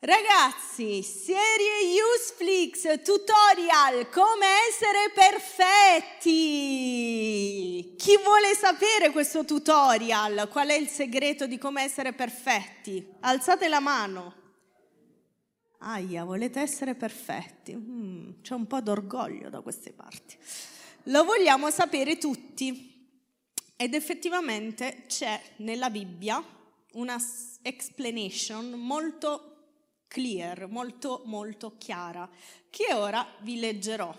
Ragazzi, serie Useflix tutorial come essere perfetti. Chi vuole sapere questo tutorial? Qual è il segreto di come essere perfetti? Alzate la mano. Aia, volete essere perfetti? C'è un po' d'orgoglio da queste parti. Lo vogliamo sapere tutti. Ed effettivamente c'è nella Bibbia una explanation molto clear, molto chiara, che ora vi leggerò.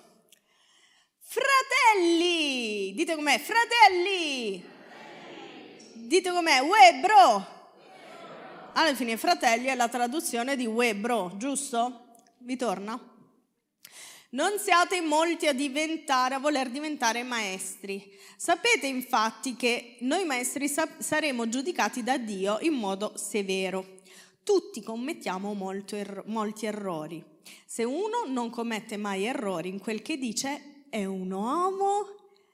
Fratelli! Dite com'è, fratelli! Dite com'è, uè bro! Alla fine fratelli è la traduzione di uè bro, giusto? Vi torna? Non siate molti a voler diventare maestri. Sapete infatti che noi maestri saremo giudicati da Dio in modo severo. Tutti commettiamo molti errori. Se uno non commette mai errori in quel che dice, è un uomo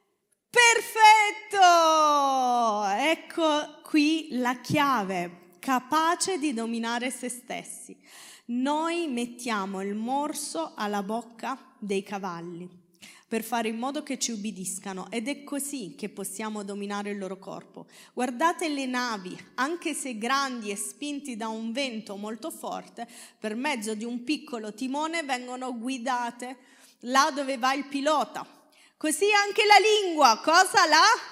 perfetto! Ecco qui la chiave, capace di dominare se stessi. Noi mettiamo il morso alla bocca dei cavalli per fare in modo che ci ubbidiscano ed è così che possiamo dominare il loro corpo. Guardate le navi, anche se grandi e spinti da un vento molto forte, per mezzo di un piccolo timone vengono guidate là dove va il pilota. Così anche la lingua, cosa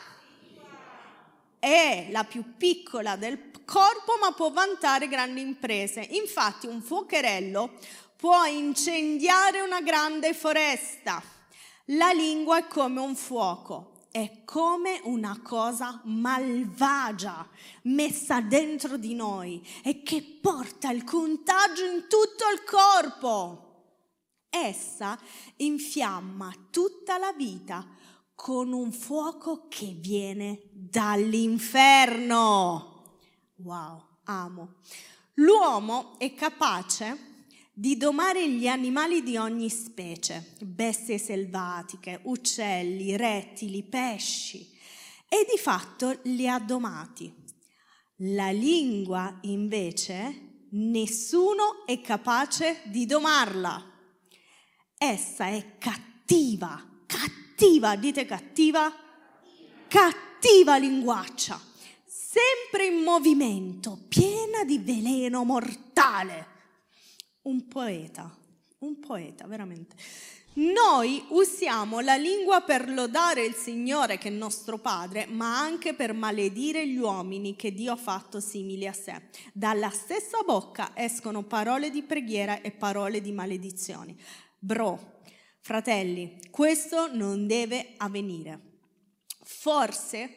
è la più piccola del corpo, ma può vantare grandi imprese. Infatti un fuocherello può incendiare una grande foresta. La lingua è come un fuoco, è come una cosa malvagia messa dentro di noi e che porta il contagio in tutto il corpo. Essa infiamma tutta la vita con un fuoco che viene dall'inferno. Wow, amo. L'uomo è capace di domare gli animali di ogni specie, bestie selvatiche, uccelli, rettili, pesci, e di fatto li ha domati. La lingua, invece, nessuno è capace di domarla. Essa è cattiva, dite cattiva? Cattiva linguaccia, sempre in movimento, piena di veleno mortale. Un poeta, veramente. Noi usiamo la lingua per lodare il Signore che è nostro Padre, ma anche per maledire gli uomini che Dio ha fatto simili a sé. Dalla stessa bocca escono parole di preghiera e parole di maledizioni. Bro, fratelli, questo non deve avvenire. Forse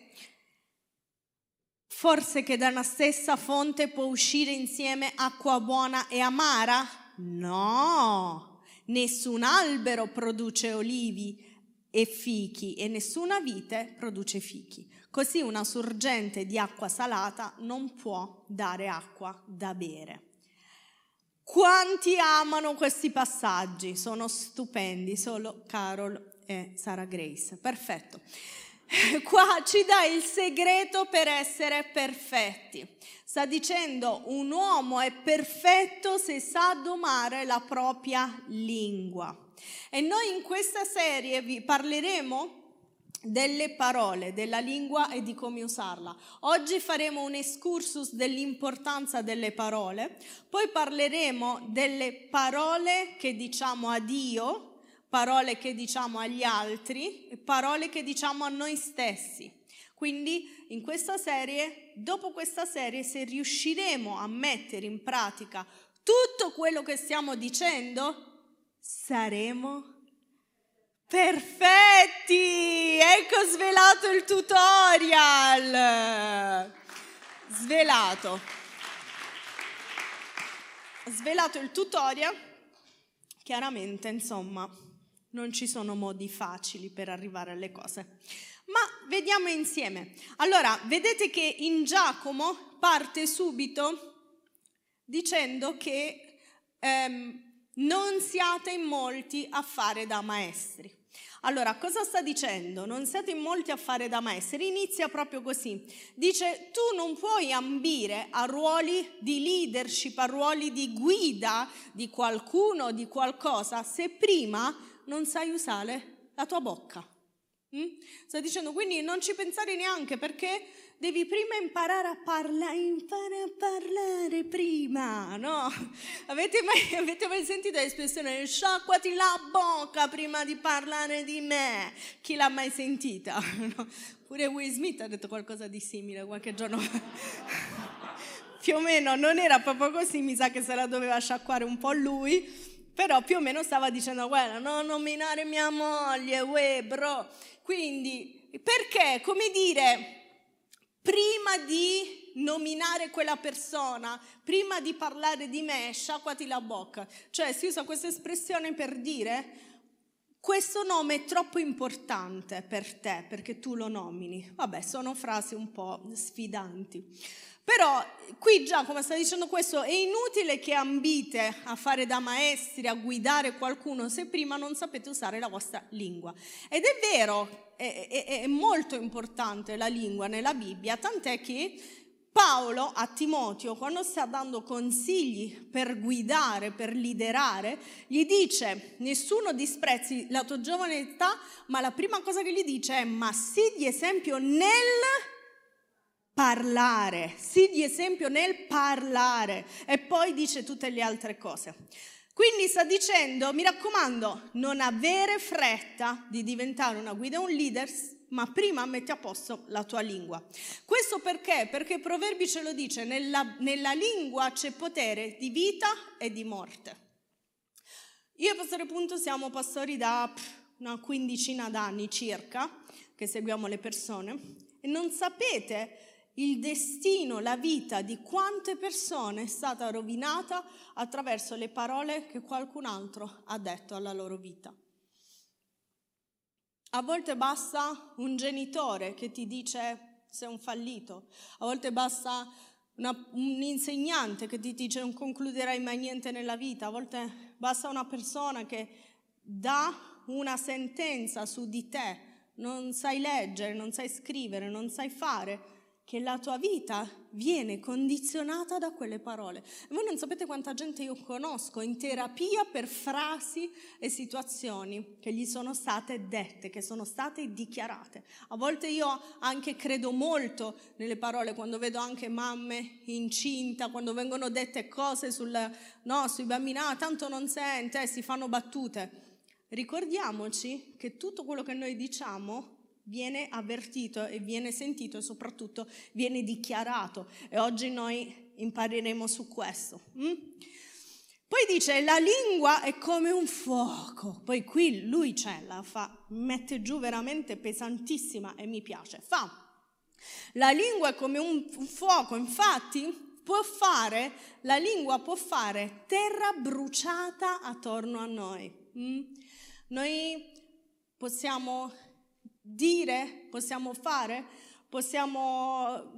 che da una stessa fonte può uscire insieme acqua buona e amara? No, nessun albero produce olivi e fichi e nessuna vite produce fichi. Così una sorgente di acqua salata non può dare acqua da bere. Quanti amano questi passaggi? Sono stupendi, solo Carol e Sarah Grace. Perfetto. Qua ci dà il segreto per essere perfetti. Sta dicendo un uomo è perfetto se sa domare la propria lingua. E noi in questa serie vi parleremo delle parole, della lingua e di come usarla. Oggi faremo un excursus dell'importanza delle parole, poi parleremo delle parole che diciamo a Dio, parole che diciamo agli altri e parole che diciamo a noi stessi. Quindi in questa serie, dopo questa serie, se riusciremo a mettere in pratica tutto quello che stiamo dicendo, saremo perfetti! Ecco svelato il tutorial! Svelato il tutorial, chiaramente, insomma, non ci sono modi facili per arrivare alle cose. Ma vediamo insieme. Allora, vedete che in Giacomo parte subito dicendo che non siate in molti a fare da maestri. Allora, cosa sta dicendo? Non siete in molti a fare da maestri, inizia proprio così. Dice, tu non puoi ambire a ruoli di leadership, a ruoli di guida di qualcuno, di qualcosa, se prima non sai usare la tua bocca. Sta dicendo, quindi non ci pensare neanche, perché devi prima imparare a parlare prima, no? Avete mai sentito l'espressione sciacquati la bocca prima di parlare di me? Chi l'ha mai sentita? No? Pure Will Smith ha detto qualcosa di simile qualche giorno fa. Più o meno non era proprio così, mi sa che se la doveva sciacquare un po' lui, però più o meno stava dicendo, guarda, non nominare mia moglie, bro. Quindi, perché? Come dire, prima di nominare quella persona, prima di parlare di me, sciacquati la bocca. Cioè si usa questa espressione per dire, questo nome è troppo importante per te, perché tu lo nomini. Vabbè, sono frasi un po' sfidanti. Però qui già, come sta dicendo questo, è inutile che ambite a fare da maestri, a guidare qualcuno, se prima non sapete usare la vostra lingua. Ed è vero, è molto importante la lingua nella Bibbia, tant'è che Paolo a Timoteo, quando sta dando consigli per guidare, per liderare, gli dice, nessuno disprezzi la tua giovane età, ma la prima cosa che gli dice è, ma sii di esempio nel parlare, sii di esempio nel parlare, e poi dice tutte le altre cose. Quindi sta dicendo, mi raccomando, non avere fretta di diventare una guida, un leader, ma prima metti a posto la tua lingua. Questo perché? Perché Proverbi ce lo dice, nella lingua c'è potere di vita e di morte. Io e Pastore Punto siamo pastori da una quindicina d'anni circa, che seguiamo le persone, e non sapete il destino, la vita di quante persone è stata rovinata attraverso le parole che qualcun altro ha detto alla loro vita. A volte basta un genitore che ti dice sei un fallito, a volte basta un insegnante che ti dice non concluderai mai niente nella vita, a volte basta una persona che dà una sentenza su di te, non sai leggere, non sai scrivere, non sai fare, che la tua vita viene condizionata da quelle parole. E voi non sapete quanta gente io conosco in terapia per frasi e situazioni che gli sono state dette, che sono state dichiarate. A volte io anche credo molto nelle parole, quando vedo anche mamme incinta, quando vengono dette cose sui bambini, tanto non sente, si fanno battute. Ricordiamoci che tutto quello che noi diciamo viene avvertito e viene sentito e soprattutto viene dichiarato, e oggi noi impareremo su questo. Poi dice la lingua è come un fuoco, poi qui lui mette giù veramente pesantissima e mi piace, la lingua è come un fuoco, infatti la lingua può fare terra bruciata attorno a noi. Noi possiamo dire, possiamo fare, possiamo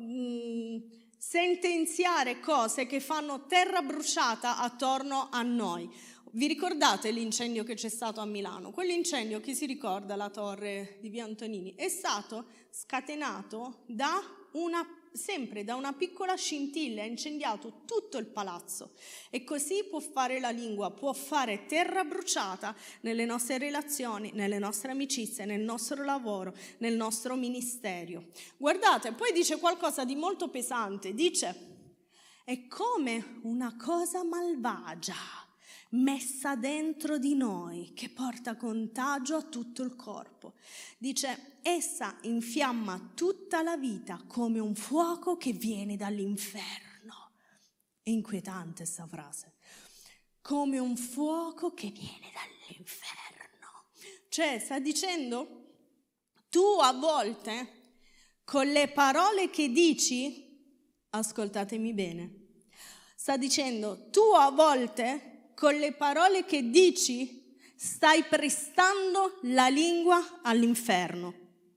sentenziare cose che fanno terra bruciata attorno a noi. Vi ricordate l'incendio che c'è stato a Milano? Quell'incendio, chi si ricorda, la torre di Via Antonini, è stato scatenato sempre da una piccola scintilla, ha incendiato tutto il palazzo. E così può fare la lingua, può fare terra bruciata nelle nostre relazioni, nelle nostre amicizie, nel nostro lavoro, nel nostro ministero. Guardate, poi dice qualcosa di molto pesante, dice, è come una cosa malvagia messa dentro di noi che porta contagio a tutto il corpo. Dice, essa infiamma tutta la vita come un fuoco che viene dall'inferno. È inquietante sta frase. Come un fuoco che viene dall'inferno. Cioè, sta dicendo, tu a volte con le parole che dici, ascoltatemi bene, sta dicendo, tu a volte con le parole che dici stai prestando la lingua all'inferno.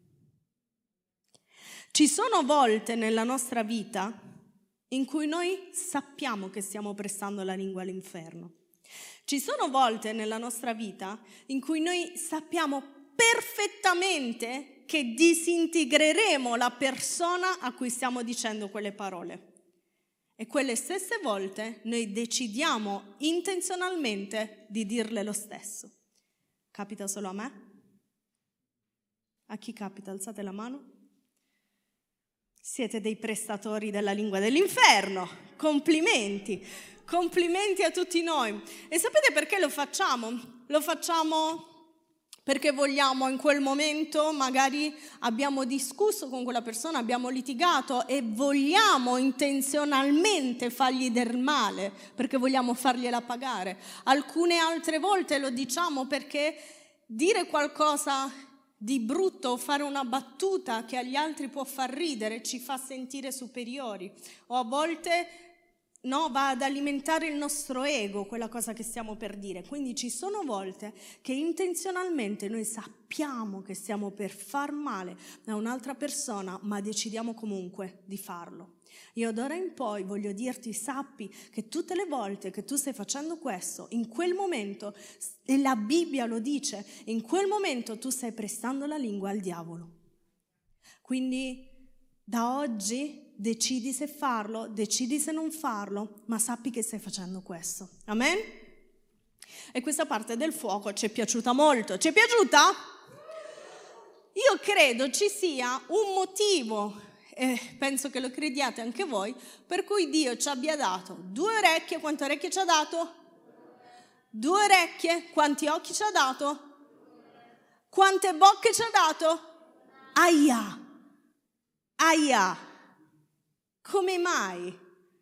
Ci sono volte nella nostra vita in cui noi sappiamo che stiamo prestando la lingua all'inferno. Ci sono volte nella nostra vita in cui noi sappiamo perfettamente che disintegreremo la persona a cui stiamo dicendo quelle parole. E quelle stesse volte noi decidiamo intenzionalmente di dirle lo stesso. Capita solo a me? A chi capita? Alzate la mano. Siete dei prestatori della lingua dell'inferno. Complimenti. Complimenti a tutti noi. E sapete perché lo facciamo? Lo facciamo perché vogliamo in quel momento, magari abbiamo discusso con quella persona, abbiamo litigato e vogliamo intenzionalmente fargli del male, perché vogliamo fargliela pagare. Alcune altre volte lo diciamo perché dire qualcosa di brutto o fare una battuta che agli altri può far ridere ci fa sentire superiori, o a volte va ad alimentare il nostro ego, quella cosa che stiamo per dire. Quindi ci sono volte che intenzionalmente noi sappiamo che stiamo per far male a un'altra persona, ma decidiamo comunque di farlo. Io d'ora in poi voglio dirti, sappi che tutte le volte che tu stai facendo questo, in quel momento, e la Bibbia lo dice, in quel momento tu stai prestando la lingua al diavolo. Quindi da oggi decidi se farlo, decidi se non farlo, ma sappi che stai facendo questo. Amen? E questa parte del fuoco ci è piaciuta molto. Ci è piaciuta? Io credo ci sia un motivo, e penso che lo crediate anche voi, per cui Dio ci abbia dato 2 orecchie. Quante orecchie ci ha dato? 2 orecchie. Quanti occhi ci ha dato? Quante bocche ci ha dato? Aia! Aia! Come mai?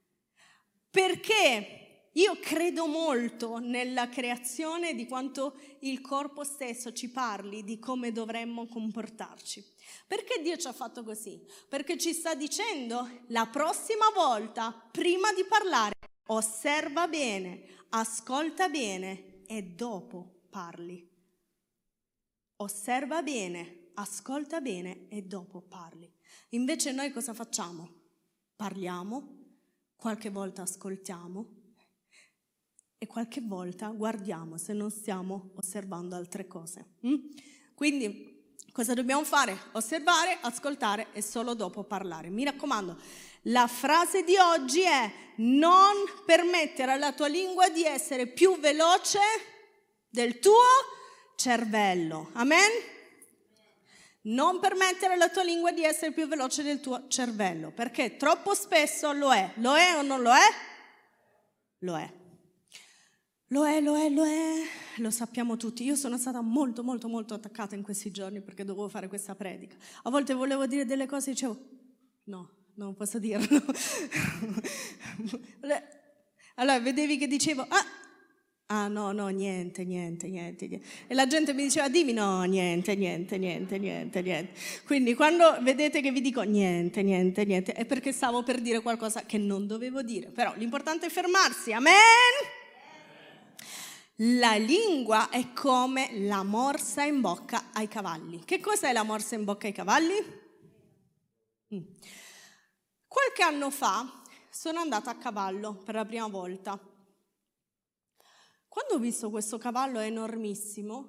Perché io credo molto nella creazione, di quanto il corpo stesso ci parli di come dovremmo comportarci. Perché Dio ci ha fatto così? Perché ci sta dicendo la prossima volta, prima di parlare, osserva bene, ascolta bene e dopo parli. Osserva bene, ascolta bene e dopo parli. Invece noi cosa facciamo? Parliamo, qualche volta ascoltiamo e qualche volta guardiamo se non stiamo osservando altre cose. Quindi cosa dobbiamo fare? Osservare, ascoltare e solo dopo parlare. Mi raccomando, la frase di oggi è: non permettere alla tua lingua di essere più veloce del tuo cervello. Amen? Non permettere alla tua lingua di essere più veloce del tuo cervello, perché troppo spesso lo è. Lo è o non lo è? Lo è. Lo è. Lo sappiamo tutti. Io sono stata molto attaccata in questi giorni perché dovevo fare questa predica. A volte volevo dire delle cose e dicevo: no, non posso dirlo. Allora vedevi che dicevo: no, niente. E la gente mi diceva: dimmi no, niente. Quindi quando vedete che vi dico niente, è perché stavo per dire qualcosa che non dovevo dire. Però l'importante è fermarsi, amen? La lingua è come la morsa in bocca ai cavalli. Che cos'è la morsa in bocca ai cavalli? Qualche anno fa sono andata a cavallo per la prima volta. Quando ho visto questo cavallo enormissimo,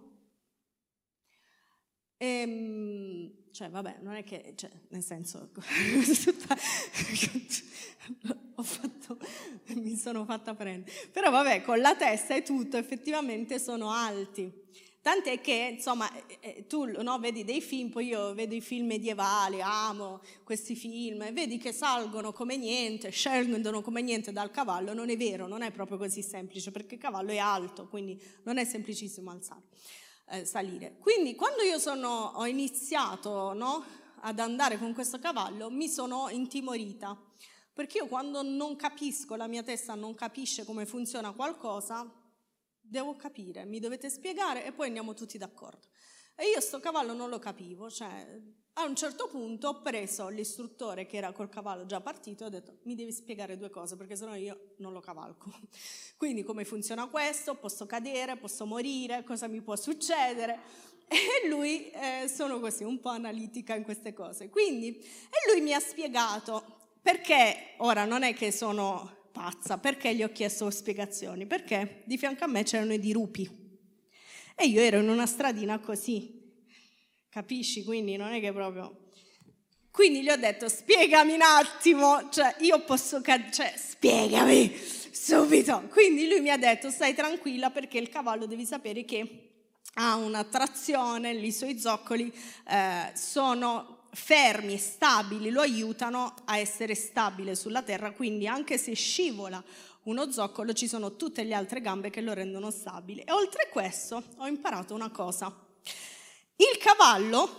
non è che, nel senso, mi sono fatta prendere, però vabbè, con la testa e tutto, effettivamente sono alti. Tant'è che, insomma, tu vedi dei film, poi io vedo i film medievali, amo questi film, e vedi che salgono come niente, scendono come niente dal cavallo. Non è vero, non è proprio così semplice, perché il cavallo è alto, quindi non è semplicissimo salire. Quindi quando io ho iniziato ad andare con questo cavallo, mi sono intimorita, perché io quando non capisco, la mia testa non capisce come funziona qualcosa, devo capire, mi dovete spiegare e poi andiamo tutti d'accordo. E io sto cavallo non lo capivo, a un certo punto ho preso l'istruttore che era col cavallo già partito e ho detto: mi devi spiegare 2 cose perché sennò io non lo cavalco. Quindi come funziona questo, posso cadere, posso morire, cosa mi può succedere? E lui, sono così un po' analitica in queste cose. Quindi, e lui mi ha spiegato perché, ora non è che sono pazza, perché gli ho chiesto spiegazioni? Perché di fianco a me c'erano i dirupi e io ero in una stradina così capisci? Quindi non è che proprio... Quindi gli ho detto, spiegami un attimo, cioè io posso... spiegami subito. Quindi lui mi ha detto, stai tranquilla perché il cavallo devi sapere che ha una trazione, i suoi zoccoli sono fermi e stabili, lo aiutano a essere stabile sulla terra, quindi anche se scivola uno zoccolo ci sono tutte le altre gambe che lo rendono stabile. E oltre a questo ho imparato una cosa: il cavallo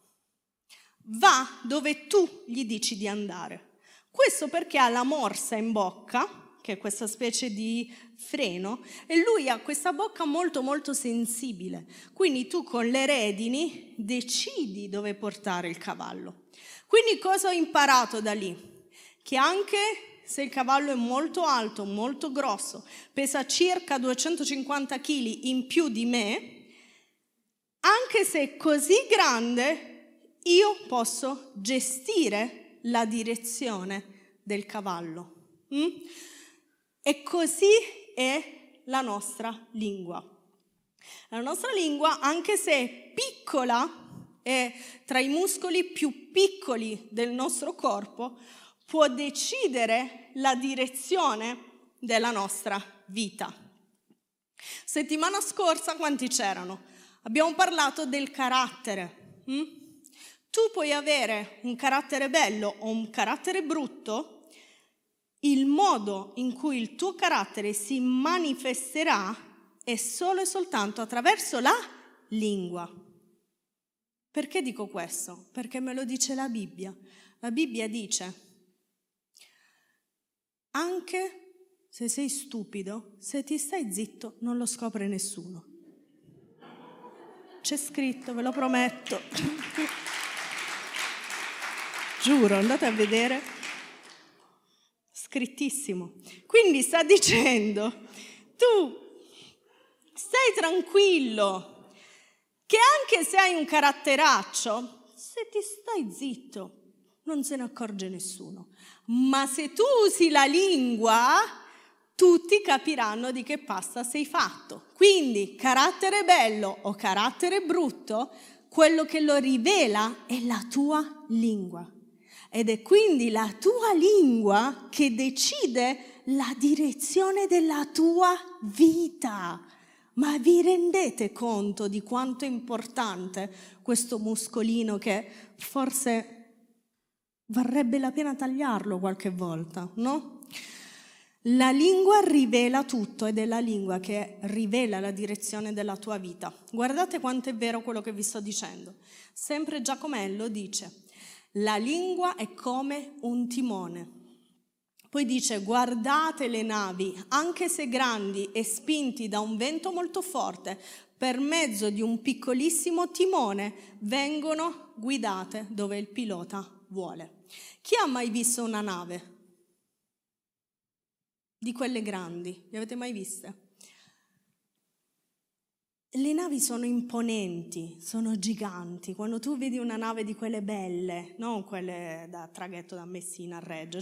va dove tu gli dici di andare. Questo perché ha la morsa in bocca, che è questa specie di freno, e lui ha questa bocca molto molto sensibile. Quindi tu con le redini decidi dove portare il cavallo. Quindi cosa ho imparato da lì? Che anche se il cavallo è molto alto, molto grosso, pesa circa 250 kg in più di me, anche se è così grande, io posso gestire la direzione del cavallo. E così è la nostra lingua. La nostra lingua, anche se è piccola, è tra i muscoli più piccoli del nostro corpo, può decidere la direzione della nostra vita. Settimana scorsa quanti c'erano? Abbiamo parlato del carattere. Tu puoi avere un carattere bello o un carattere brutto. Il modo in cui il tuo carattere si manifesterà è solo e soltanto attraverso la lingua. Perché dico questo? Perché me lo dice la Bibbia. La Bibbia dice: anche se sei stupido, se ti stai zitto non lo scopre nessuno. C'è scritto, ve lo prometto. Giuro, andate a vedere. Scrittissimo. Quindi sta dicendo, tu stai tranquillo, che anche se hai un caratteraccio, se ti stai zitto non se ne accorge nessuno. Ma se tu usi la lingua, tutti capiranno di che pasta sei fatto. Quindi carattere bello o carattere brutto, quello che lo rivela è la tua lingua. Ed è quindi la tua lingua che decide la direzione della tua vita. Ma vi rendete conto di quanto è importante questo muscolino che forse varrebbe la pena tagliarlo qualche volta, no? La lingua rivela tutto ed è la lingua che rivela la direzione della tua vita. Guardate quanto è vero quello che vi sto dicendo. Sempre Giacomello dice: la lingua è come un timone. Poi dice: guardate le navi, anche se grandi e spinti da un vento molto forte, per mezzo di un piccolissimo timone vengono guidate dove il pilota vuole. Chi ha mai visto una nave? Di quelle grandi, le avete mai viste? Le navi sono imponenti, sono giganti. Quando tu vedi una nave di quelle belle, non quelle da traghetto da Messina a Reggio,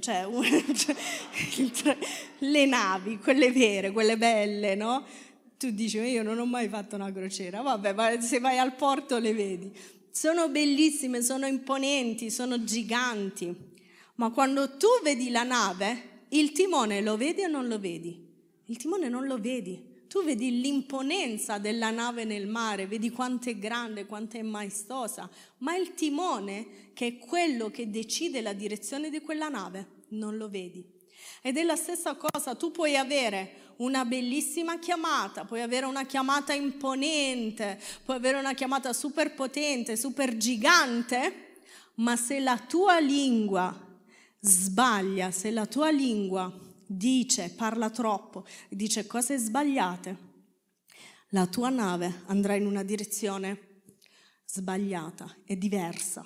le navi, quelle vere, quelle belle, no? Tu dici, io non ho mai fatto una crociera, vabbè, ma se vai al porto le vedi. Sono bellissime, sono imponenti, sono giganti. Ma quando tu vedi la nave, il timone lo vedi o non lo vedi? Il timone non lo vedi. Tu vedi l'imponenza della nave nel mare, vedi quanto è grande, quanto è maestosa, ma il timone, che è quello che decide la direzione di quella nave, non lo vedi. Ed è la stessa cosa, tu puoi avere una bellissima chiamata, puoi avere una chiamata imponente, puoi avere una chiamata super potente, super gigante, ma se la tua lingua sbaglia, se la tua lingua parla troppo, dice cose sbagliate, la tua nave andrà in una direzione sbagliata e diversa.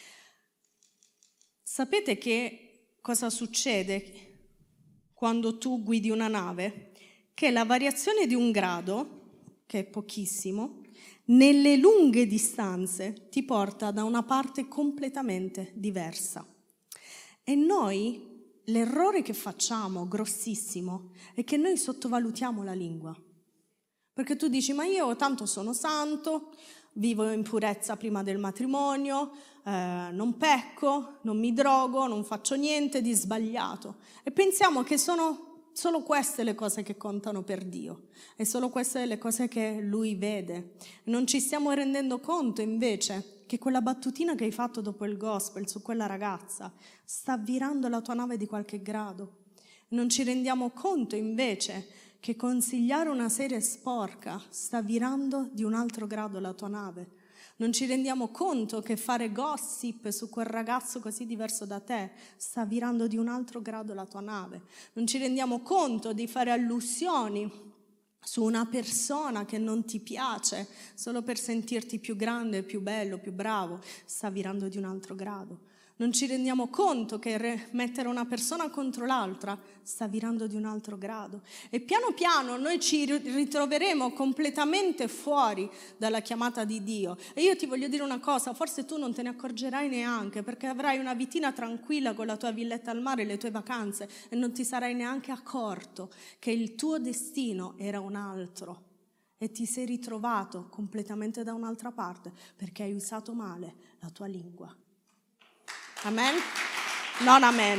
Sapete che cosa succede quando tu guidi una nave? Che la variazione di un grado, che è pochissimo, nelle lunghe distanze ti porta da una parte completamente diversa. E noi, l'errore che facciamo, grossissimo, è che noi sottovalutiamo la lingua. Perché tu dici, ma io tanto sono santo, vivo in purezza prima del matrimonio, non pecco, non mi drogo, non faccio niente di sbagliato. E pensiamo che sono solo queste le cose che contano per Dio, e solo queste le cose che Lui vede. Non ci stiamo rendendo conto invece che quella battutina che hai fatto dopo il gospel su quella ragazza sta virando la tua nave di qualche grado. Non ci rendiamo conto invece che consigliare una serie sporca sta virando di un altro grado la tua nave. Non ci rendiamo conto che fare gossip su quel ragazzo così diverso da te sta virando di un altro grado la tua nave. Non ci rendiamo conto di fare allusioni su una persona che non ti piace solo per sentirti più grande, più bello, più bravo, sta virando di un altro grado. Non ci rendiamo conto che mettere una persona contro l'altra sta virando di un altro grado. E piano piano noi ci ritroveremo completamente fuori dalla chiamata di Dio. E io ti voglio dire una cosa, forse tu non te ne accorgerai neanche, perché avrai una vitina tranquilla con la tua villetta al mare, le tue vacanze, e non ti sarai neanche accorto che il tuo destino era un altro. E ti sei ritrovato completamente da un'altra parte, perché hai usato male la tua lingua. Amen? Non amen.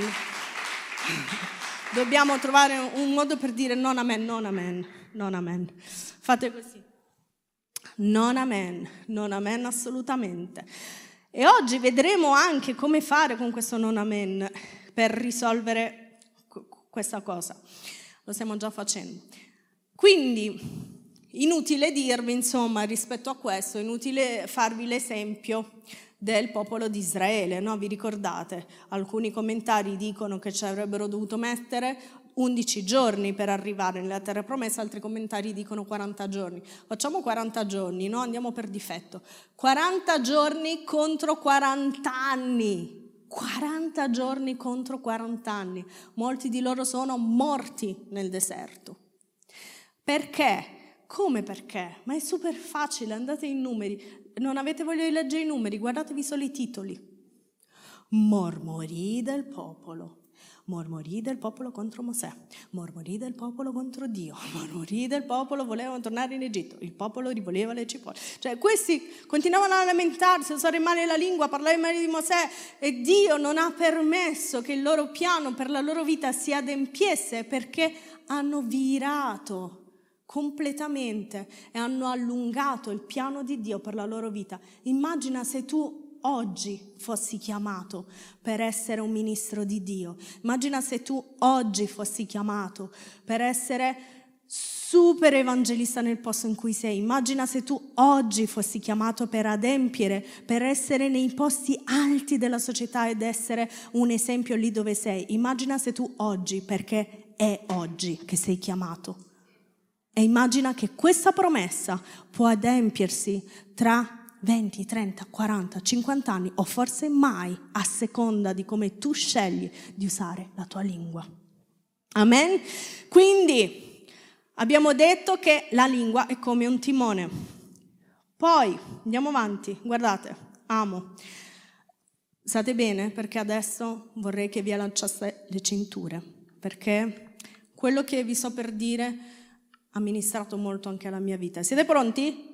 Dobbiamo trovare un modo per dire non amen, non amen, non amen. Fate così. Non amen assolutamente. E oggi vedremo anche come fare con questo non amen per risolvere questa cosa. Lo stiamo già facendo. Quindi, inutile dirvi, insomma, rispetto a questo, inutile farvi l'esempio del popolo di Israele, no? Vi ricordate? Alcuni commentari dicono che ci avrebbero dovuto mettere 11 giorni per arrivare nella terra promessa, altri commentari dicono 40 giorni. Facciamo 40 giorni, no? Andiamo per difetto. 40 giorni contro 40 anni. 40 giorni contro 40 anni. Molti di loro sono morti nel deserto. Perché? Come perché? Ma è super facile, andate in numeri. Non avete voglia di leggere i numeri, guardatevi solo i titoli. Mormorì del popolo contro Mosè, mormorì del popolo contro Dio, mormorì del popolo volevano tornare in Egitto, il popolo rivoleva le cipolle. Cioè questi continuavano a lamentarsi, a usare male la lingua, a parlare male di Mosè, e Dio non ha permesso che il loro piano per la loro vita si adempiesse, perché hanno virato completamente e hanno allungato il piano di Dio per la loro vita. Immagina se tu oggi fossi chiamato per essere un ministro di Dio. Immagina se tu oggi fossi chiamato per essere super evangelista nel posto in cui sei. Immagina se tu oggi fossi chiamato per adempiere, per essere nei posti alti della società ed essere un esempio lì dove sei. Immagina se tu oggi, perché è oggi che sei chiamato. E immagina che questa promessa può adempiersi tra 20, 30, 40, 50 anni o forse mai, a seconda di come tu scegli di usare la tua lingua. Amen? Quindi abbiamo detto che la lingua è come un timone. Poi andiamo avanti, guardate, amo. State bene, perché adesso vorrei che vi allacciaste le cinture, perché quello che vi sto per dire ha ministrato molto anche alla mia vita. Siete pronti?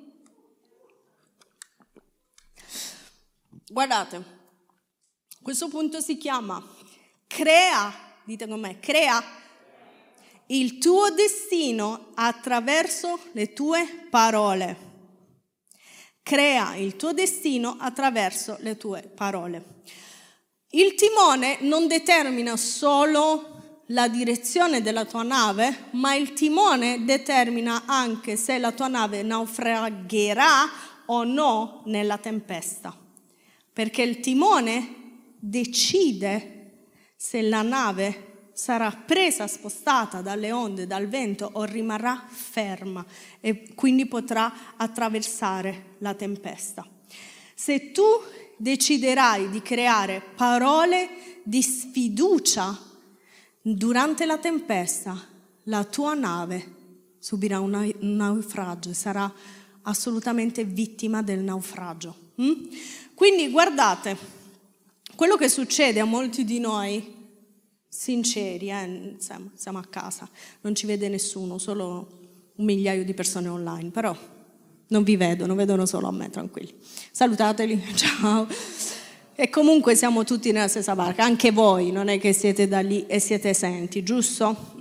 Guardate, questo punto si chiama crea, dite con me, crea il tuo destino attraverso le tue parole. Crea il tuo destino attraverso le tue parole. Il timone non determina solo la direzione della tua nave, ma il timone determina anche se la tua nave naufragherà o no nella tempesta. Perché il timone decide se la nave sarà presa, spostata dalle onde, dal vento, o rimarrà ferma e quindi potrà attraversare la tempesta. Se tu deciderai di creare parole di sfiducia durante la tempesta, la tua nave subirà un naufragio e sarà assolutamente vittima del naufragio. Quindi guardate, quello che succede a molti di noi, sinceri, siamo a casa, non ci vede nessuno, solo 1 migliaio di persone online, però Non vi vedono solo a me, tranquilli. Salutateli, ciao. E comunque siamo tutti nella stessa barca, anche voi, non è che siete da lì e siete esenti, giusto?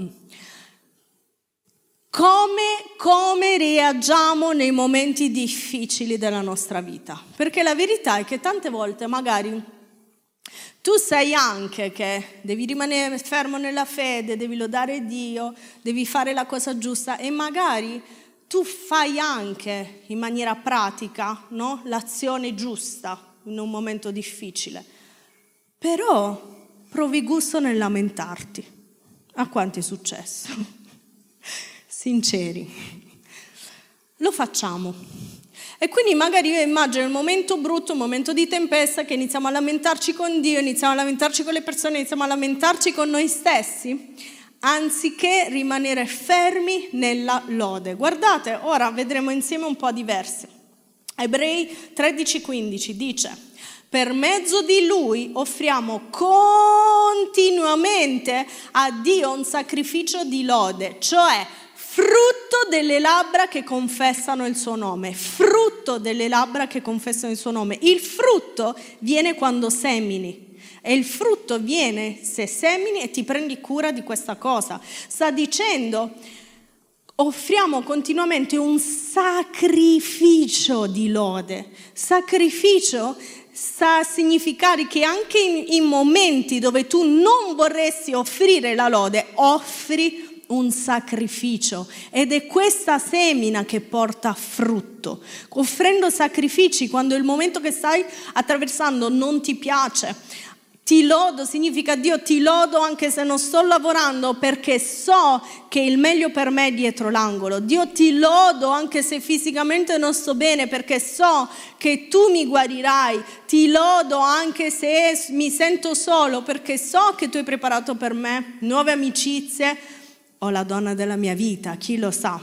Come reagiamo nei momenti difficili della nostra vita? Perché la verità è che tante volte magari tu sai anche che devi rimanere fermo nella fede, devi lodare Dio, devi fare la cosa giusta e magari tu fai anche in maniera pratica, no? L'azione giusta in un momento difficile. Però provi gusto nel lamentarti. A quanti è successo? Sinceri. Lo facciamo. E quindi magari io immagino il momento brutto, un momento di tempesta, che iniziamo a lamentarci con Dio, iniziamo a lamentarci con le persone, iniziamo a lamentarci con noi stessi, anziché rimanere fermi nella lode. Guardate, ora vedremo insieme un po' di versi. Ebrei 13:15 dice: per mezzo di Lui offriamo continuamente a Dio un sacrificio di lode, cioè frutto delle labbra che confessano il suo nome. Frutto delle labbra che confessano il suo nome. Il frutto viene quando semini. E il frutto viene se semini e ti prendi cura di questa cosa. Sta dicendo, offriamo continuamente un sacrificio di lode. Sacrificio sta a significare che anche in momenti dove tu non vorresti offrire la lode, offri un sacrificio, ed è questa semina che porta frutto. Offrendo sacrifici quando il momento che stai attraversando non ti piace, ti lodo, significa Dio ti lodo anche se non sto lavorando perché so che il meglio per me è dietro l'angolo. Dio ti lodo anche se fisicamente non sto bene perché so che tu mi guarirai. Ti lodo anche se mi sento solo perché so che tu hai preparato per me nuove amicizie o la donna della mia vita, chi lo sa.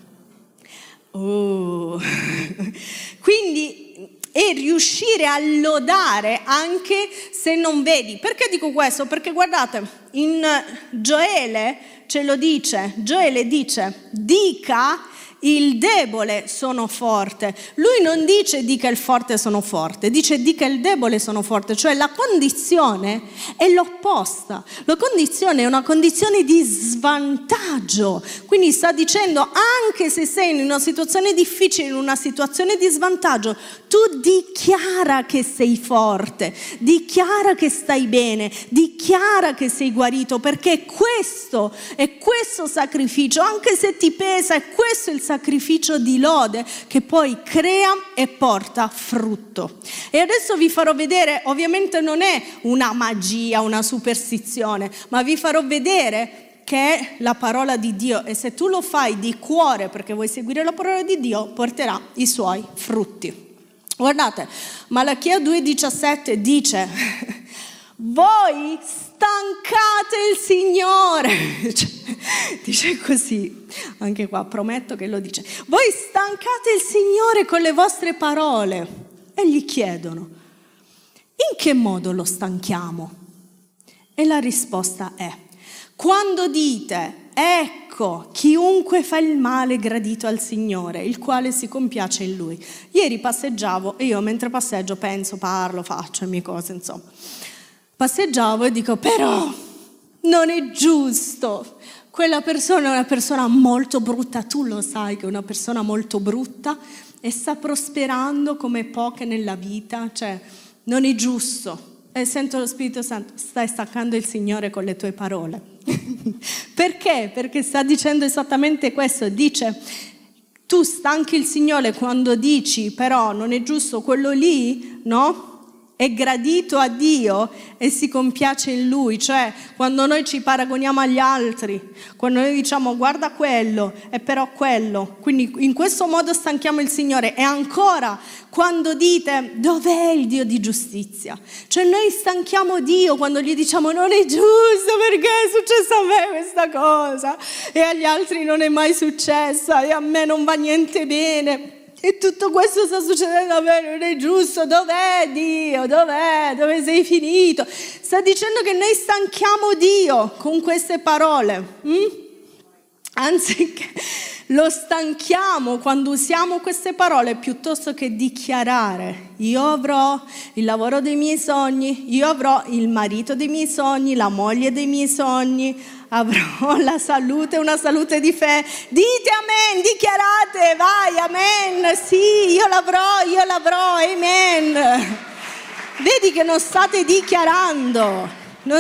Quindi e riuscire a lodare anche se non vedi. Perché dico questo? Perché guardate, in Gioele ce lo dice, Gioele dice, dica il debole sono forte. Lui non dice dica il forte sono forte, dice dica il debole sono forte, cioè la condizione è l'opposta. La condizione è una condizione di svantaggio, quindi sta dicendo anche se sei in una situazione difficile, in una situazione di svantaggio, tu dichiara che sei forte, dichiara che stai bene, dichiara che sei guarito, perché questo è questo sacrificio, anche se ti pesa, è questo il sacrificio di lode che poi crea e porta frutto. E adesso vi farò vedere, ovviamente non è una magia, una superstizione, ma vi farò vedere che è la parola di Dio, e se tu lo fai di cuore perché vuoi seguire la parola di Dio, porterà i suoi frutti. Guardate, Malachia 2,17 dice: voi stancate il Signore. Dice così, anche qua prometto che lo dice. Voi stancate il Signore con le vostre parole. E gli chiedono: in che modo lo stanchiamo? E la risposta è: quando dite ecco, chiunque fa il male è gradito al Signore, il quale si compiace in Lui. Ieri passeggiavo e io mentre passeggio penso, parlo, faccio le mie cose, insomma. Passeggiavo e dico, però non è giusto. Quella persona è una persona molto brutta, tu lo sai che è una persona molto brutta e sta prosperando come poche nella vita, cioè non è giusto. E sento lo Spirito Santo, stai staccando il Signore con le tue parole. Perché? Perché sta dicendo esattamente questo, dice tu stanchi il Signore quando dici però non è giusto quello lì, no? È gradito a Dio e si compiace in Lui, cioè quando noi ci paragoniamo agli altri, quando noi diciamo guarda quello e però quello, quindi in questo modo stanchiamo il Signore. E ancora quando dite dov'è il Dio di giustizia, cioè noi stanchiamo Dio quando gli diciamo non è giusto perché è successa a me questa cosa e agli altri non è mai successa e a me non va niente bene. E tutto questo sta succedendo a me, non è giusto, dov'è Dio? Dov'è? Dove sei finito? Sta dicendo che noi stanchiamo Dio con queste parole. Anziché, Lo stanchiamo quando usiamo queste parole piuttosto che dichiarare: io avrò il lavoro dei miei sogni, io avrò il marito dei miei sogni, la moglie dei miei sogni, avrò la salute, una salute di fede. Dite amen, dichiarate, vai, amen, sì, io l'avrò, amen. Vedi che non state dichiarando,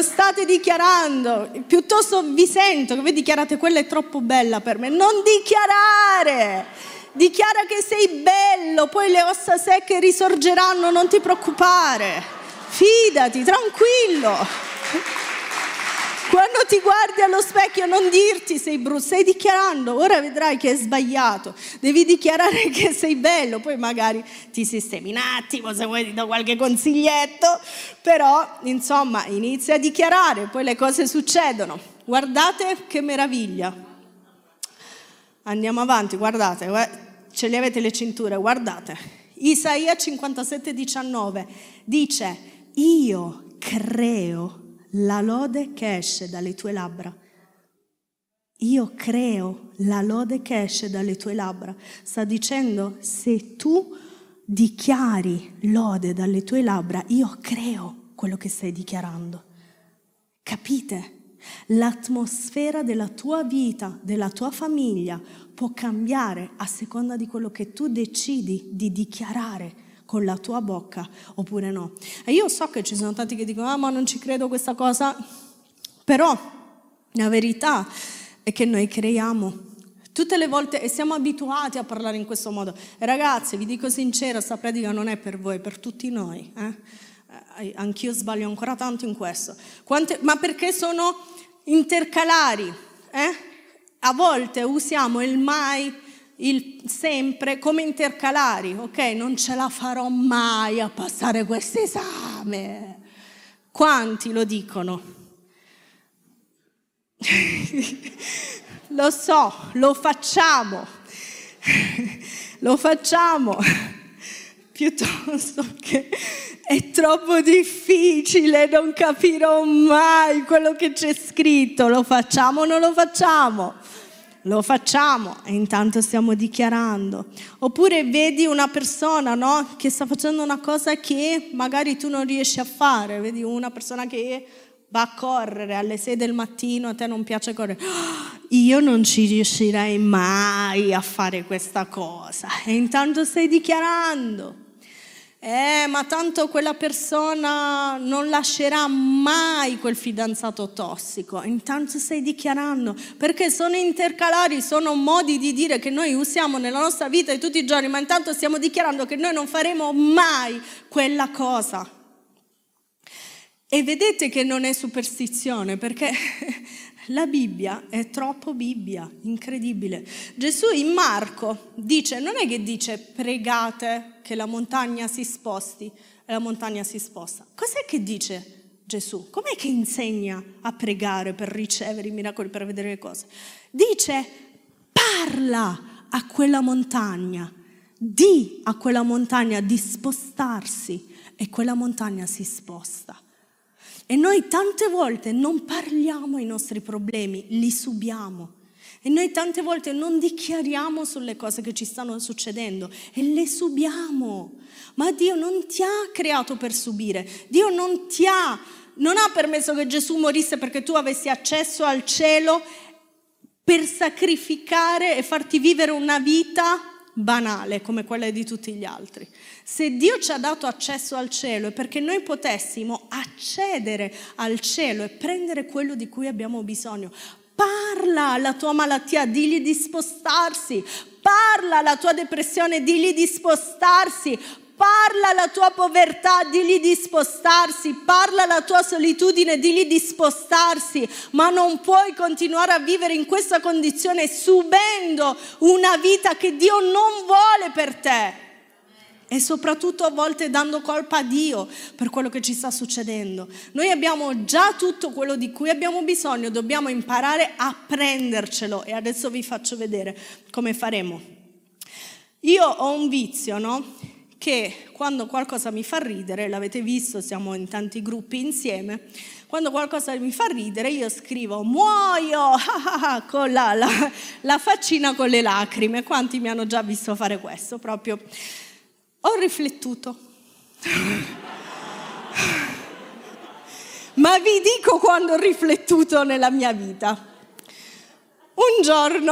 piuttosto vi sento che voi dichiarate: quella è troppo bella per me. Non dichiarare, dichiara che sei bello, poi le ossa secche risorgeranno, non ti preoccupare, fidati, tranquillo. Quando ti guardi allo specchio non dirti sei brutto, stai dichiarando: ora vedrai che è sbagliato, devi dichiarare che sei bello, poi magari ti sistemi un attimo, se vuoi ti do qualche consiglietto, però insomma inizia a dichiarare, poi le cose succedono. Guardate che meraviglia. Andiamo avanti, guardate, ce le avete le cinture, guardate. Isaia 57,19 dice: io creo la lode che esce dalle tue labbra. Io creo la lode che esce dalle tue labbra. Sta dicendo: se tu dichiari lode dalle tue labbra, io creo quello che stai dichiarando. Capite? L'atmosfera della tua vita, della tua famiglia può cambiare a seconda di quello che tu decidi di dichiarare con la tua bocca oppure no. E io so che ci sono tanti che dicono: ma non ci credo questa cosa, però la verità è che noi creiamo tutte le volte e siamo abituati a parlare in questo modo. E ragazzi, vi dico sincero, sta predica non è per voi, è per tutti noi. Anch'io sbaglio ancora tanto in questo. Ma perché sono intercalari? A volte usiamo il mai, il sempre come intercalari, ok? Non ce la farò mai a passare questo esame. Quanti lo dicono? Lo so, lo facciamo, piuttosto che è troppo difficile, non capirò mai quello che c'è scritto. Lo facciamo o non lo facciamo? Lo facciamo e intanto stiamo dichiarando. Oppure vedi una persona, no, che sta facendo una cosa che magari tu non riesci a fare. Vedi una persona che va a correre alle 6 del mattino, a te non piace correre. Io non ci riuscirei mai a fare questa cosa. E intanto stai dichiarando. Ma tanto quella persona non lascerà mai quel fidanzato tossico. Intanto stai dichiarando, perché sono intercalari, sono modi di dire che noi usiamo nella nostra vita di tutti i giorni, ma intanto stiamo dichiarando che noi non faremo mai quella cosa. E vedete che non è superstizione, perché la Bibbia è troppo Bibbia, incredibile. Gesù in Marco dice, non è che dice pregate che la montagna si sposti e la montagna si sposta. Cos'è che dice Gesù? Com'è che insegna a pregare per ricevere i miracoli, per vedere le cose? Dice: parla a quella montagna, di a quella montagna di spostarsi e quella montagna si sposta. E noi tante volte non parliamo i nostri problemi, li subiamo. E noi tante volte non dichiariamo sulle cose che ci stanno succedendo e le subiamo. Ma Dio non ti ha creato per subire. Dio non ha permesso che Gesù morisse perché tu avessi accesso al cielo per sacrificare e farti vivere una vita banale come quella di tutti gli altri. Se Dio ci ha dato accesso al cielo è perché noi potessimo accedere al cielo e prendere quello di cui abbiamo bisogno. Parla alla tua malattia, digli di spostarsi. Parla alla tua depressione, digli di spostarsi. Parla alla tua povertà, digli di spostarsi. Parla alla tua solitudine, digli di spostarsi. Ma non puoi continuare a vivere in questa condizione subendo una vita che Dio non vuole per te. E soprattutto a volte dando colpa a Dio per quello che ci sta succedendo. Noi abbiamo già tutto quello di cui abbiamo bisogno, dobbiamo imparare a prendercelo. E adesso vi faccio vedere come faremo. Io ho un vizio, no? Che che quando qualcosa mi fa ridere, l'avete visto, siamo in tanti gruppi insieme, quando qualcosa mi fa ridere io scrivo muoio con la faccina con le lacrime. Quanti mi hanno già visto fare questo? Proprio ho riflettuto. Ma vi dico quando ho riflettuto nella mia vita. Un giorno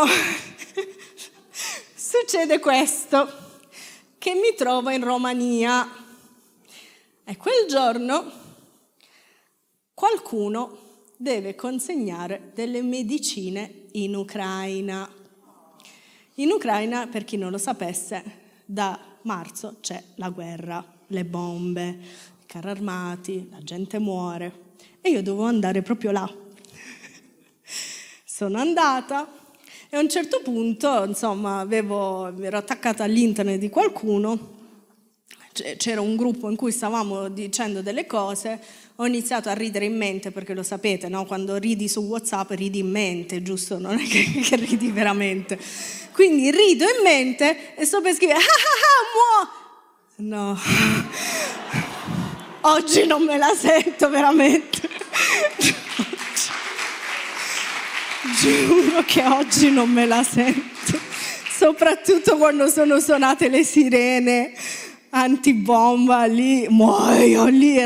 succede questo, che mi trovo in Romania e quel giorno qualcuno deve consegnare delle medicine in Ucraina. In Ucraina, per chi non lo sapesse, da marzo c'è la guerra, le bombe, i carri armati, la gente muore e io dovevo andare proprio là. Sono andata e a un certo punto, insomma, ero attaccata all'internet di qualcuno, c'era un gruppo in cui stavamo dicendo delle cose, ho iniziato a ridere in mente, perché lo sapete, no? Quando ridi su WhatsApp ridi in mente, giusto? Non è che ridi veramente. Quindi rido in mente e sto per scrivere no, oggi non me la sento veramente. Giuro che oggi non me la sento, soprattutto quando sono suonate le sirene antibomba, lì muoio, lì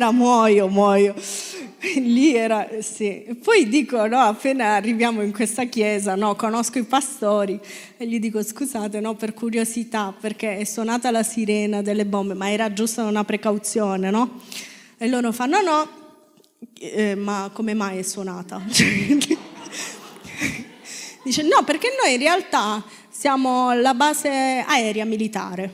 era, sì. E poi dico, no, appena arriviamo in questa chiesa, no, conosco i pastori e gli dico scusate, no, per curiosità, perché è suonata la sirena delle bombe, ma era giusto una precauzione, no? E loro fanno no, ma come mai è suonata? Dice no, perché noi in realtà siamo la base aerea militare.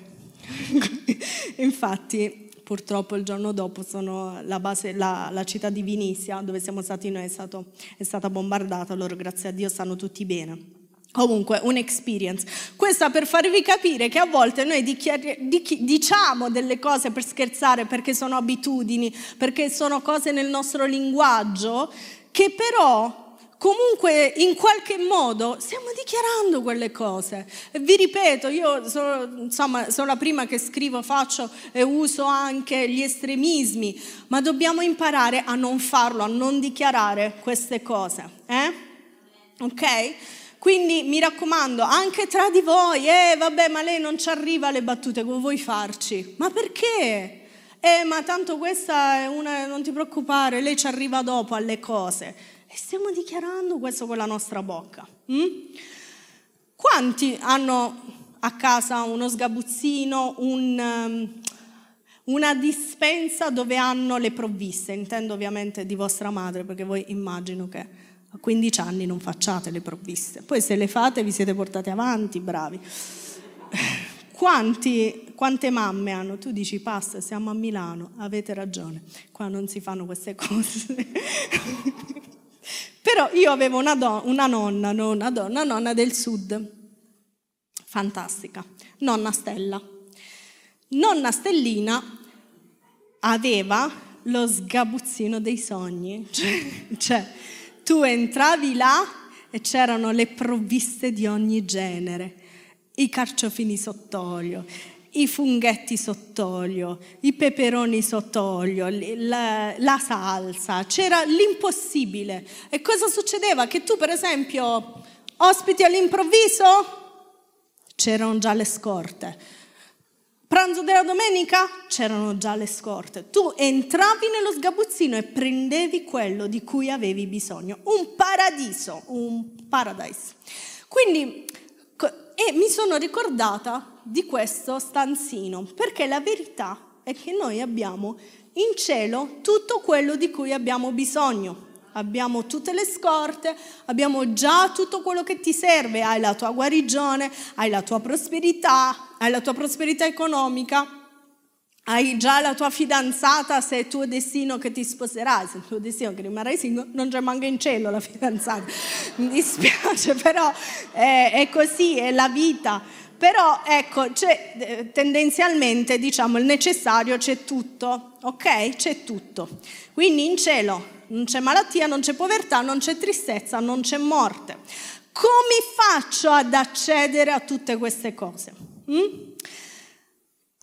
Infatti purtroppo il giorno dopo la città di Vinnytsia, dove siamo stati noi, è stata bombardata. Loro grazie a Dio stanno tutti bene. Comunque un'experience. Questa per farvi capire che a volte noi diciamo delle cose per scherzare, perché sono abitudini, perché sono cose nel nostro linguaggio, che però comunque in qualche modo stiamo dichiarando quelle cose. E vi ripeto, io sono la prima che scrivo, faccio e uso anche gli estremismi, ma dobbiamo imparare a non farlo, a non dichiarare queste cose, ok? Quindi mi raccomando, anche tra di voi, vabbè, ma lei non ci arriva alle battute, come vuoi farci? Ma perché? Ma tanto questa è una, non ti preoccupare, lei ci arriva dopo alle cose. E stiamo dichiarando questo con la nostra bocca. Quanti hanno a casa uno sgabuzzino, una dispensa dove hanno le provviste? Intendo ovviamente di vostra madre, perché voi immagino che a 15 anni non facciate le provviste. Poi se le fate vi siete portati avanti, bravi. Quante mamme hanno? Tu dici passa, siamo a Milano, avete ragione, qua non si fanno queste cose. Però io avevo una nonna del sud, fantastica, nonna Stella. Nonna Stellina aveva lo sgabuzzino dei sogni, cioè tu entravi là e c'erano le provviste di ogni genere, i carciofini sott'olio, i funghetti sott'olio, i peperoni sott'olio, la salsa, c'era l'impossibile. E cosa succedeva? Che tu per esempio ospiti all'improvviso, c'erano già le scorte. Pranzo della domenica, c'erano già le scorte. Tu entravi nello sgabuzzino e prendevi quello di cui avevi bisogno. Un paradiso, un paradise. Quindi, e mi sono ricordata di questo stanzino, perché la verità è che noi abbiamo in cielo tutto quello di cui abbiamo bisogno. Abbiamo tutte le scorte, abbiamo già tutto quello che ti serve, hai la tua guarigione, hai la tua prosperità economica, hai già la tua fidanzata se è il tuo destino che ti sposerai, se è il tuo destino che rimarrai single, non c'è manca in cielo la fidanzata. Mi dispiace, però è così, è la vita. Però ecco, tendenzialmente diciamo il necessario c'è tutto, ok? C'è tutto. Quindi in cielo non c'è malattia, non c'è povertà, non c'è tristezza, non c'è morte. Come faccio ad accedere a tutte queste cose?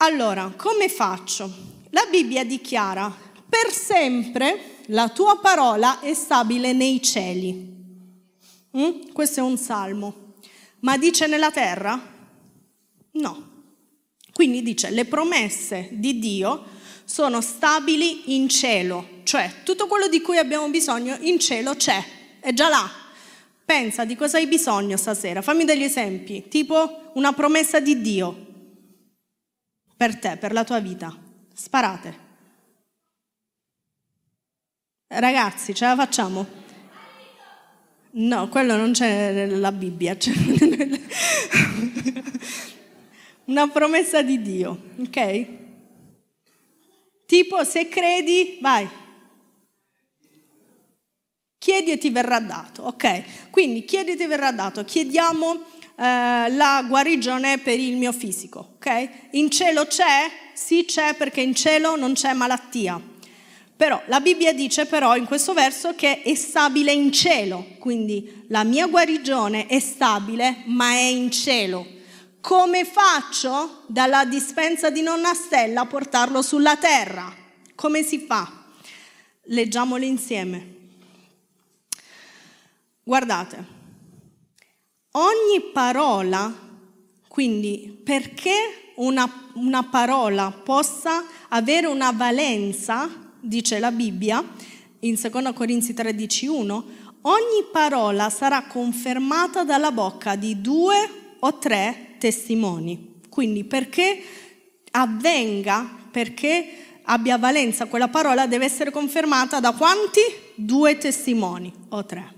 Allora, come faccio? La Bibbia dichiara: per sempre la tua parola è stabile nei cieli. Questo è un salmo. Ma dice nella terra? No. Quindi dice: le promesse di Dio sono stabili in cielo, cioè tutto quello di cui abbiamo bisogno in cielo c'è, è già là. Pensa di cosa hai bisogno stasera, fammi degli esempi, tipo una promessa di Dio per te, per la tua vita. Sparate. Ragazzi, ce la facciamo? No, quello non c'è nella Bibbia. Una promessa di Dio, ok? Tipo, se credi, vai. Chiedi e ti verrà dato, ok? Quindi chiedi e ti verrà dato. Chiediamo la guarigione per il mio fisico, ok? In cielo c'è? Sì, c'è, perché in cielo non c'è malattia. Però la Bibbia dice però in questo verso che è stabile in cielo, quindi la mia guarigione è stabile, ma è in cielo. Come faccio dalla dispensa di nonna Stella a portarlo sulla terra? Come si fa? Leggiamolo insieme. Guardate, ogni parola, quindi perché una parola possa avere una valenza, dice la Bibbia, in 2 Corinzi 13:1, ogni parola sarà confermata dalla bocca di 2 o 3 testimoni. Quindi perché avvenga, perché abbia valenza quella parola, deve essere confermata da quanti? 2 testimoni o 3.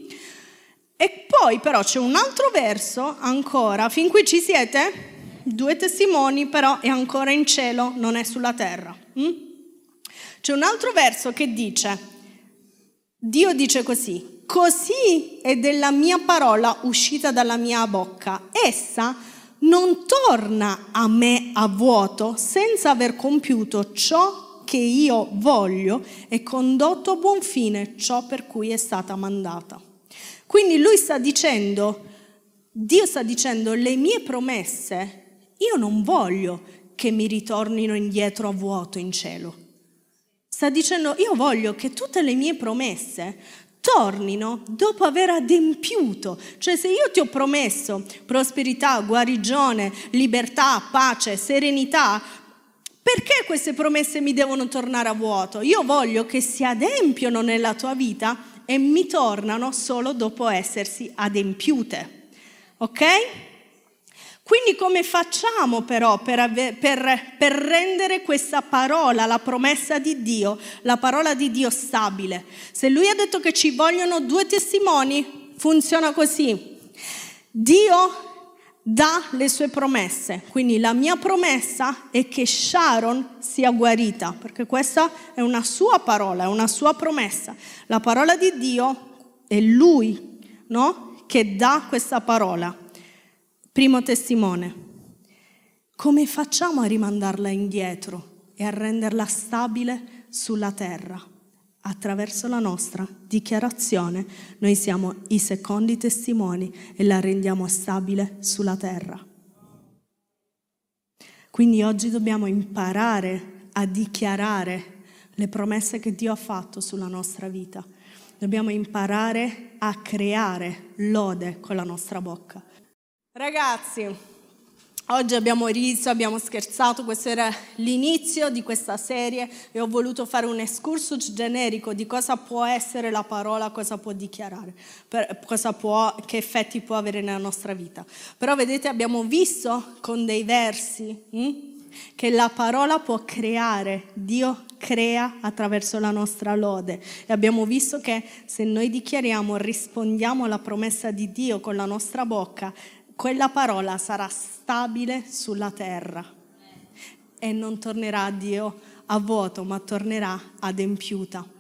E poi però c'è un altro verso ancora, fin qui ci siete? 2 testimoni, però è ancora in cielo, non è sulla terra. C'è un altro verso che dice, Dio dice così: così è della mia parola uscita dalla mia bocca, essa non torna a me a vuoto senza aver compiuto ciò che io voglio e condotto a buon fine ciò per cui è stata mandata. Quindi lui sta dicendo, Dio sta dicendo, le mie promesse io non voglio che mi ritornino indietro a vuoto in cielo. Sta dicendo, io voglio che tutte le mie promesse tornino dopo aver adempiuto. Cioè, se io ti ho promesso prosperità, guarigione, libertà, pace, serenità, perché queste promesse mi devono tornare a vuoto? Io voglio che si adempiono nella tua vita e mi tornano solo dopo essersi adempiute. Ok? Quindi come facciamo però per rendere questa parola, la promessa di Dio, la parola di Dio stabile? Se Lui ha detto che ci vogliono 2 testimoni, funziona così. Dio dà le sue promesse, quindi la mia promessa è che Sharon sia guarita, perché questa è una sua parola, è una sua promessa. La parola di Dio è Lui, no? Che dà questa parola. Primo testimone. Come facciamo a rimandarla indietro e a renderla stabile sulla terra? Attraverso la nostra dichiarazione noi siamo i secondi testimoni e la rendiamo stabile sulla terra. Quindi oggi dobbiamo imparare a dichiarare le promesse che Dio ha fatto sulla nostra vita. Dobbiamo imparare a creare lode con la nostra bocca. Ragazzi, oggi abbiamo riso, abbiamo scherzato, questo era l'inizio di questa serie e ho voluto fare un excursus generico di cosa può essere la parola, cosa può dichiarare, che effetti può avere nella nostra vita. Però vedete, abbiamo visto con dei versi che la parola può creare, Dio crea attraverso la nostra lode e abbiamo visto che se noi dichiariamo, rispondiamo alla promessa di Dio con la nostra bocca, quella parola sarà stabile sulla terra e non tornerà a Dio a vuoto, ma tornerà adempiuta.